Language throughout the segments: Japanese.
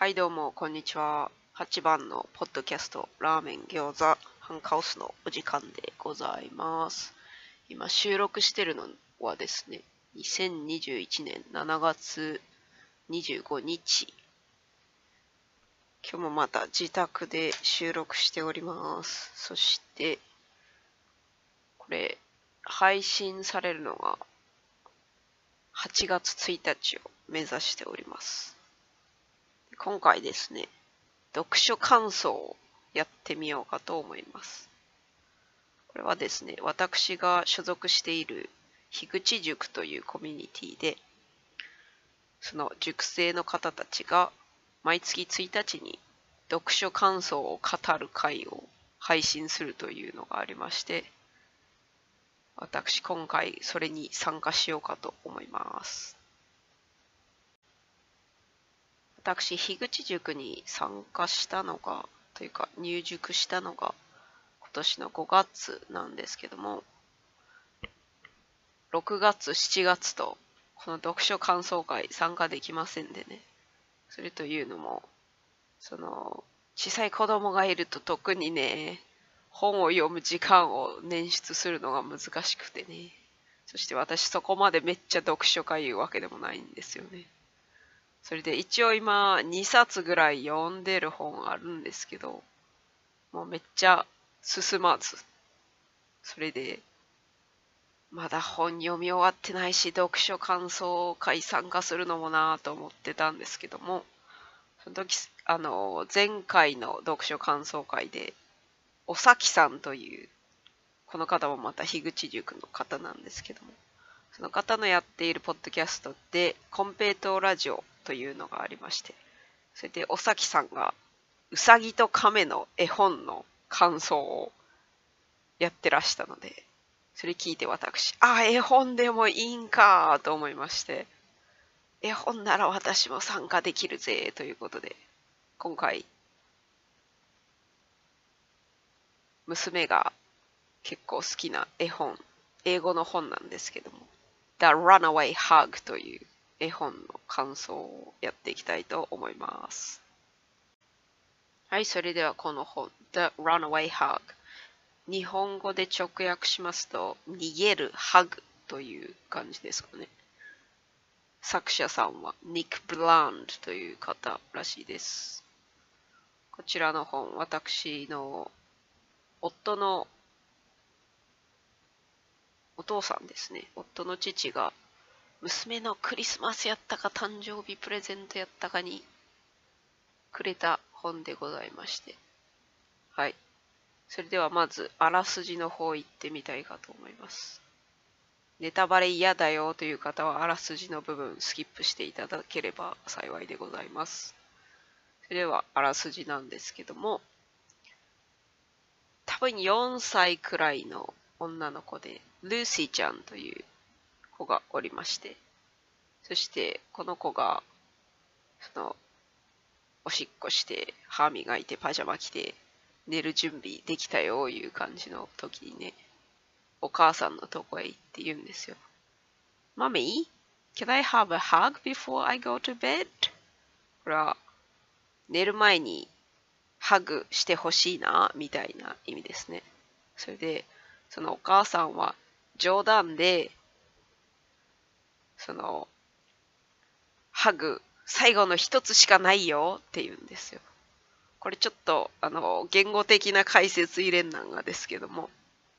はいどうも、こんにちは。8番のポッドキャスト、ラーメン餃子、ハンカオスのお時間でございます。今収録してるのはですね、2021年7月25日。今日もまた自宅で収録しております。そして、これ、配信されるのが8月1日を目指しております。今回ですね、読書感想をやってみようかと思います。これはですね、私が所属している樋口塾というコミュニティで、その塾生の方たちが毎月1日に読書感想を語る会を配信するというのがありまして、私今回それに参加しようかと思います。私、樋口塾に参加したのが、というか入塾したのが今年の5月なんですけども、6月、7月とこの読書感想会参加できませんでね。それというのも、小さい子供がいると特にね、本を読む時間を捻出するのが難しくてね。そして私そこまでめっちゃ読書家いうわけでもないんですよね。それで一応今2冊ぐらい読んでる本あるんですけど、もうめっちゃ進まず。それで、まだ本読み終わってないし、読書感想会参加するのもなぁと思ってたんですけども、その時、前回の読書感想会で、おさきさんという、この方もまた樋口塾の方なんですけども、その方のやっているポッドキャストで、コンペイトーラジオというのがありまして、それでおさきさんが、うさぎと亀の絵本の感想をやってらしたので、それ聞いて私、絵本でもいいんかと思いまして、絵本なら私も参加できるぜということで、今回、娘が結構好きな絵本、英語の本なんですけども、The Runaway Hug という絵本の感想をやっていきたいと思います。はい、それではこの本、The Runaway Hug。日本語で直訳しますと、逃げるハグという感じですかね。作者さんはニック・ブランドという方らしいです。こちらの本、私の夫のお父さんですね。夫の父が娘のクリスマスやったか誕生日プレゼントやったかにくれた本でございまして。はい。それではまずあらすじの方行ってみたいかと思います。ネタバレ嫌だよという方はあらすじの部分スキップしていただければ幸いでございます。それではあらすじなんですけども、多分4歳くらいの女の子で、ルーシーちゃんという子がおりまして、そしてこの子が、おしっこして、歯磨いて、パジャマ着て、寝る準備できたよいう感じの時にね、お母さんのとこへ行って言うんですよ。Mommy, can I have a hug before I go to bed? これは、寝る前にハグしてほしいな、みたいな意味ですね。それで、そのお母さんは冗談で、ハグ、最後の一つしかないよって言うんですよ。これちょっと、言語的な解説入れんなんがですけども、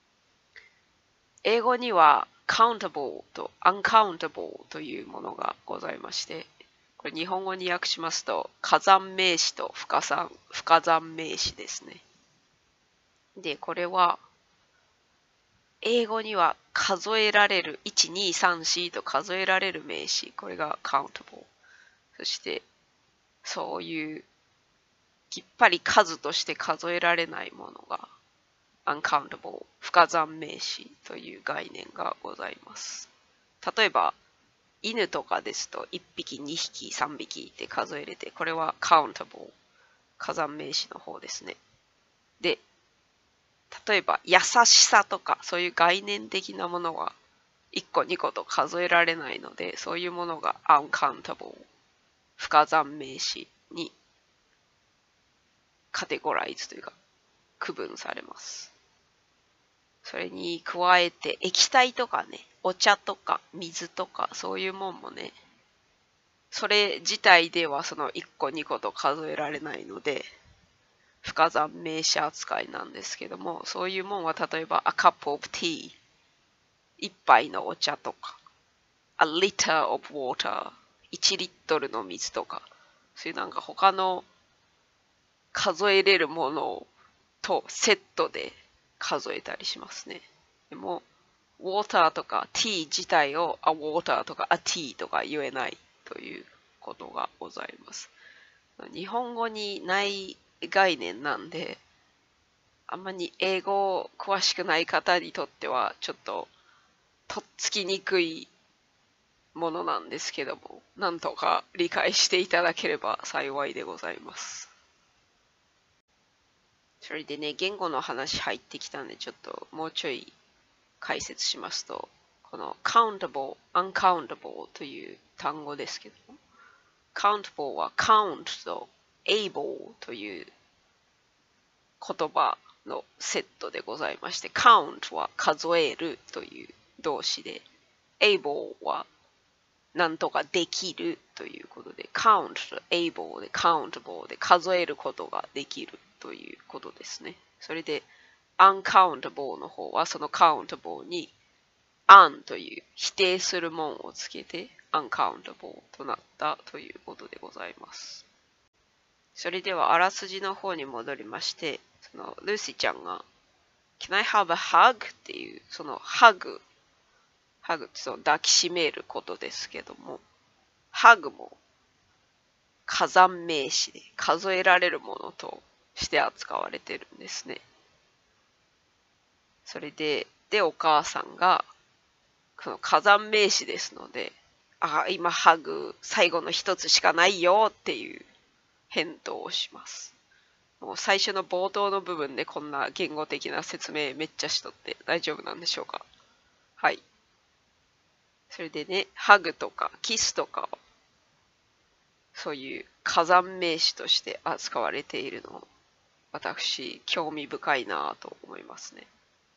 英語には countable と uncountable というものがございまして、これ日本語に訳しますと、火山名詞と不可山名詞ですね。で、これは、英語には数えられる、1、2、3、4と数えられる名詞、これが countable。そして、そういうきっぱり数として数えられないものが uncountable 不可算名詞という概念がございます。例えば犬とかですと1匹2匹3匹って数えれて、これは countable 可算名詞の方ですね。で、例えば優しさとかそういう概念的なものは1個2個と数えられないので、そういうものが uncountable 不可算名詞にカテゴライズというか区分されます。それに加えて液体とかね、お茶とか水とかそういうもんもね、それ自体ではその1個2個と数えられないので、不可算名詞扱いなんですけども、そういうもんは例えば a cup of tea、 一杯のお茶とか、a liter of water、 1リットルの水とか、そういうなんか他の数えれるものとセットで数えたりしますね。でも、ウォーターとかティー自体を a water とか a tea とか言えないということがございます。日本語にない概念なんで、あんまり英語詳しくない方にとってはちょっととっつきにくいものなんですけども、なんとか理解していただければ幸いでございます。それでね、言語の話入ってきたんで、ちょっともうちょい解説しますと、この countable、uncountable という単語ですけども、countable は count と able という言葉のセットでございまして、count は数えるという動詞で、able はなんとかできるということで、count と able で countable で数えることができるということですね。それで uncountable の方はその countable に un という否定するもんをつけて uncountable となったということでございます。それではあらすじの方に戻りまして、そのルーシーちゃんが Can I have a hug? っていうそのハグってその抱きしめることですけども、ハグも可算名詞で数えられるものとして扱われてるんですね。それで、お母さんが、この可算名詞ですので、今ハグ最後の一つしかないよっていう返答をします。もう最初の冒頭の部分でこんな言語的な説明めっちゃしとって大丈夫なんでしょうか。はい。それでね、ハグとかキスとかそういう可算名詞として扱われているのを私興味深いなと思いますね。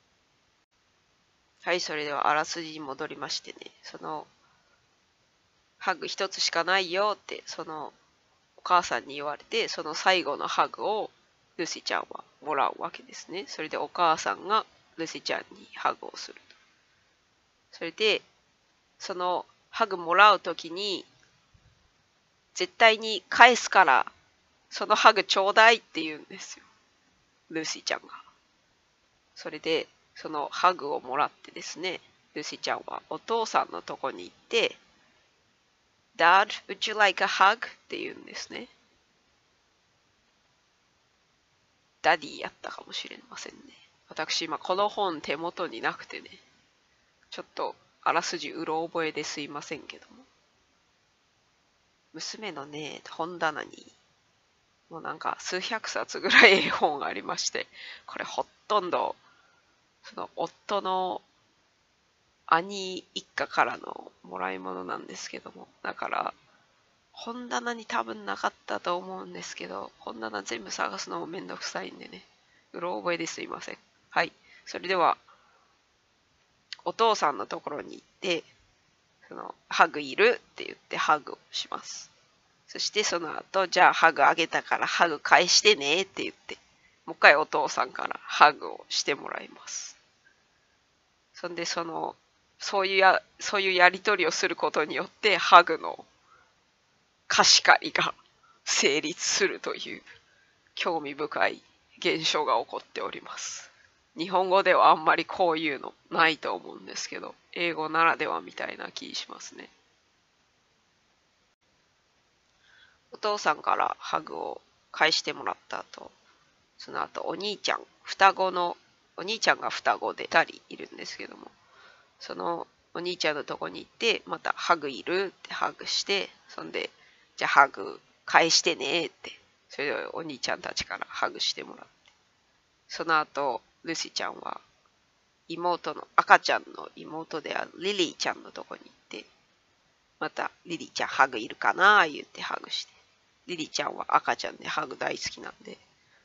はい、それではあらすじに戻りましてね、そのハグ一つしかないよってそのお母さんに言われて、その最後のハグをルシちゃんはもらうわけですね。それでお母さんがルシちゃんにハグをする。それでそのハグもらうときに絶対に返すからそのハグちょうだいって言うんですよ、ルーシーちゃんが。それでそのハグをもらってですね、ルーシーちゃんはお父さんのとこに行って Dad, would you like a hug? って言うんですね。ダディやったかもしれませんね。私今この本手元になくてね、ちょっとあらすじうろ覚えですいませんけども、娘のね本棚にもうなんか数百冊ぐらい絵本がありまして、これほとんどその夫の兄一家からのもらい物なんですけども、だから本棚に多分なかったと思うんですけど、本棚全部探すのもめんどくさいんでね、うろ覚えですいません。はい、それではお父さんのところに行って、そのハグいるって言ってハグをします。そしてその後、じゃあハグあげたからハグ返してねって言って、もう一回お父さんからハグをしてもらいます。そんでそういうやりとりをすることによってハグの貸し借りが成立するという興味深い現象が起こっております。日本語ではあんまりこういうのないと思うんですけど、英語ならではみたいな気しますね。お父さんからハグを返してもらった後、その後お兄ちゃん、お兄ちゃんが双子で2人いるんですけども、そのお兄ちゃんのとこに行って、またハグいるってハグして、そんで、じゃあハグ返してねって、それでお兄ちゃんたちからハグしてもらって、その後、ルシちゃんは赤ちゃんの妹であるリリーちゃんのとこに行って、またリリーちゃんハグいるかな言ってハグして、リリーちゃんは赤ちゃんでハグ大好きなんで、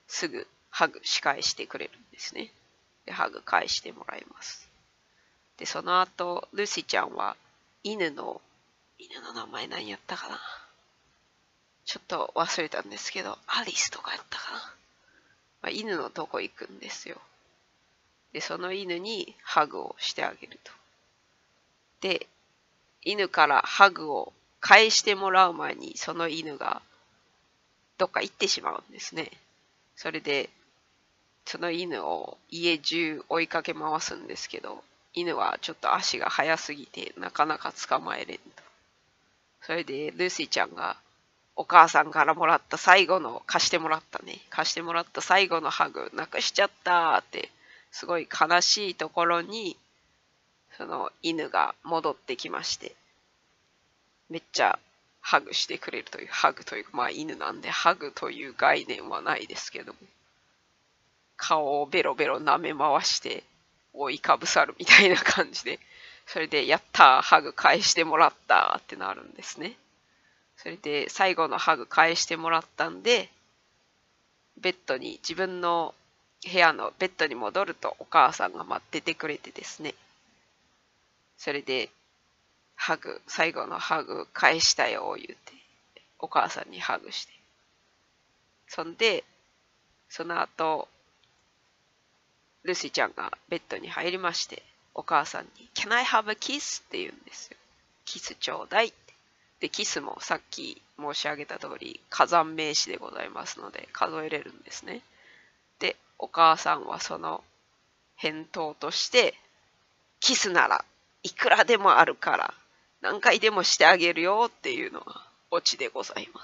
すぐハグ仕返してくれるんですね。で、ハグ返してもらいます。で、その後、ルーシーちゃんは犬の名前何やったかな、ちょっと忘れたんですけど、アリスとかやったかな。犬のとこ行くんですよ。で、その犬にハグをしてあげると。で、犬からハグを返してもらう前に、その犬がどっか行ってしまうんですね。それで、その犬を家中追いかけ回すんですけど、犬はちょっと足が速すぎてなかなか捕まえれんと。それでルーシーちゃんがお母さんからもらった最後の貸してもらった最後のハグなくしちゃったってすごい悲しいところにその犬が戻ってきまして、めっちゃハグしてくれるという、ハグというか犬なんでハグという概念はないですけども、顔をベロベロ舐め回して覆いかぶさるみたいな感じで、それでやったーハグ返してもらったーってなるんですね。それで最後のハグ返してもらったんで、自分の部屋のベッドに戻るとお母さんが待っててくれてですね、それで最後のハグ返したよ言うてお母さんにハグして、そんでその後ルシーちゃんがベッドに入りまして、お母さんに Can I have a kiss? って言うんですよ。キスちょうだいって。で、キスもさっき申し上げた通り火山名詞でございますので数えれるんですね。で、お母さんはその返答としてキスならいくらでもあるから何回でもしてあげるよっていうのがオチでございます。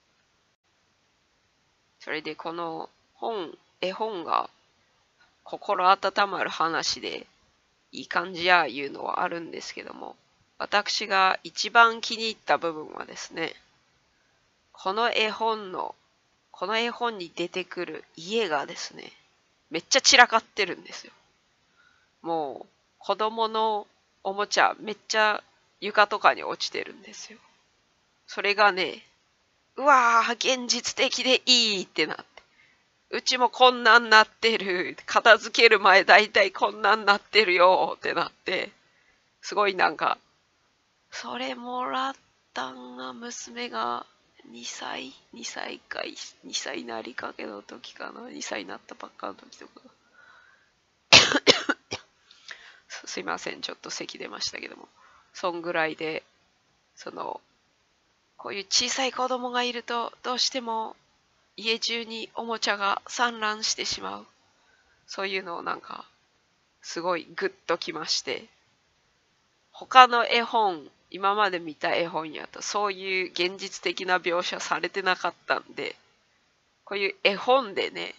それでこの絵本が心温まる話でいい感じやいうのはあるんですけども、私が一番気に入った部分はですね、この絵本に出てくる家がですね、めっちゃ散らかってるんですよ。もう子供のおもちゃめっちゃ床とかに落ちてるんですよ。それがね、うわー現実的でいいってなって、うちもこんなんなってる、片付ける前だいたいこんなんなってるよってなって、すごいなんか、それもらったんが娘が2歳なりかけの時かな、2歳になったばっかの時とか。すいません、ちょっと咳出ましたけども。そんぐらいで、こういう小さい子供がいると、どうしても家中におもちゃが散乱してしまう。そういうのをなんか、すごいグッときまして、他の絵本、今まで見た絵本やと、そういう現実的な描写されてなかったんで、こういう絵本でね、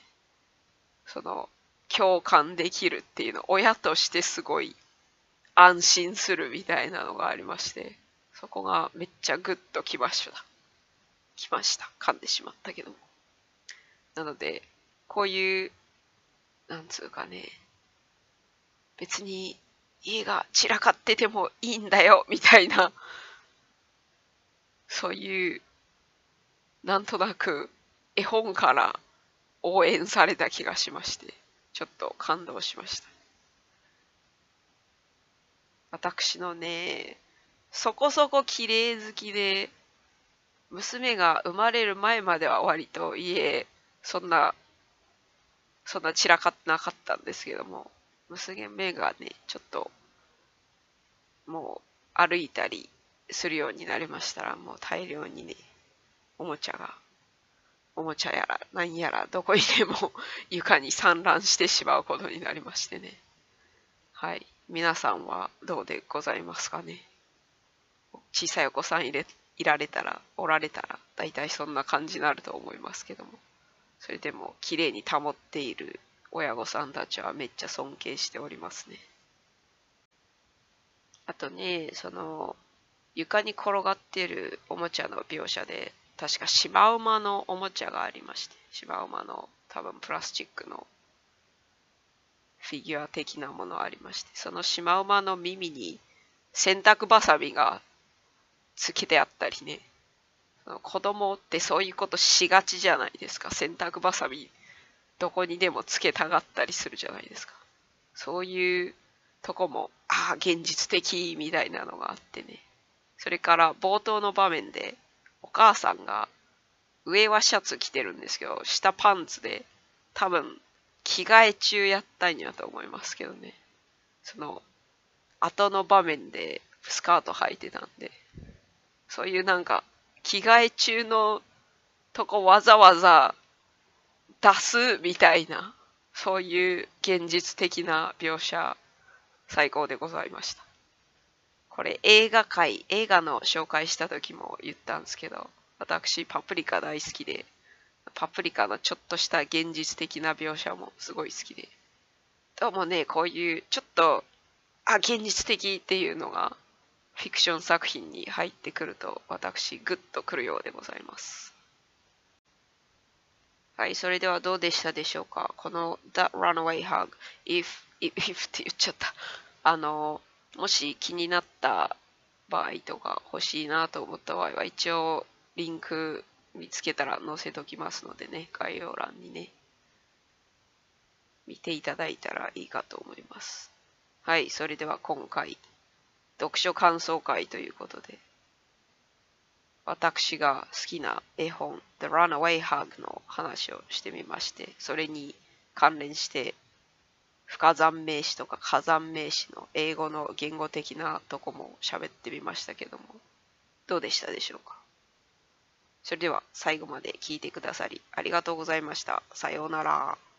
共感できるっていうの、親としてすごい安心するみたいなのがありまして、そこがめっちゃグッときました。噛んでしまったけども。なので、こういう、なんつうかね、別に家が散らかっててもいいんだよ、みたいな、そういう、なんとなく絵本から応援された気がしまして、ちょっと感動しました。私のね、そこそこ綺麗好きで、娘が生まれる前までは割と家、そんな散らかってなかったんですけども、娘がね、ちょっと、もう歩いたりするようになりましたら、もう大量にね、おもちゃやら何やらどこにでも床に散乱してしまうことになりましてね。はい。皆さんはどうでございますかね。小さいお子さんおられたら、だいたいそんな感じになると思いますけども。それでも綺麗に保っている親御さんたちはめっちゃ尊敬しておりますね。あとね、床に転がっているおもちゃの描写で、確かシマウマのおもちゃがありまして、シマウマの多分プラスチックのフィギュア的なものありまして、そのシマウマの耳に洗濯バサミがつけてあったりね、 子供ってそういうことしがちじゃないですか。洗濯ばさみどこにでもつけたがったりするじゃないですか。そういうとこも、ああ、現実的みたいなのがあってね。それから冒頭の場面でお母さんが上はシャツ着てるんですけど、下パンツで多分着替え中やったんやと思いますけどね。その後の場面でスカート履いてたんで、そういうなんか着替え中のとこわざわざ出すみたいな、そういう現実的な描写、最高でございました。これ映画の紹介した時も言ったんですけど、私パプリカ大好きで、パプリカのちょっとした現実的な描写もすごい好きで。どうもね、こういうちょっと、現実的っていうのがフィクション作品に入ってくると私グッとくるようでございます。はい、それではどうでしたでしょうか。この The Runaway Hug, if って言っちゃった。もし気になった場合とか欲しいなと思った場合は一応リンク見つけたら載せときますのでね、概要欄にね、見ていただいたらいいかと思います。はい、それでは今回、読書感想会ということで、私が好きな絵本 The Runaway Hug の話をしてみまして、それに関連して深山名詞とか火山名詞の英語の言語的なとこも喋ってみましたけども、どうでしたでしょうか。それでは最後まで聞いてくださりありがとうございました。さようなら。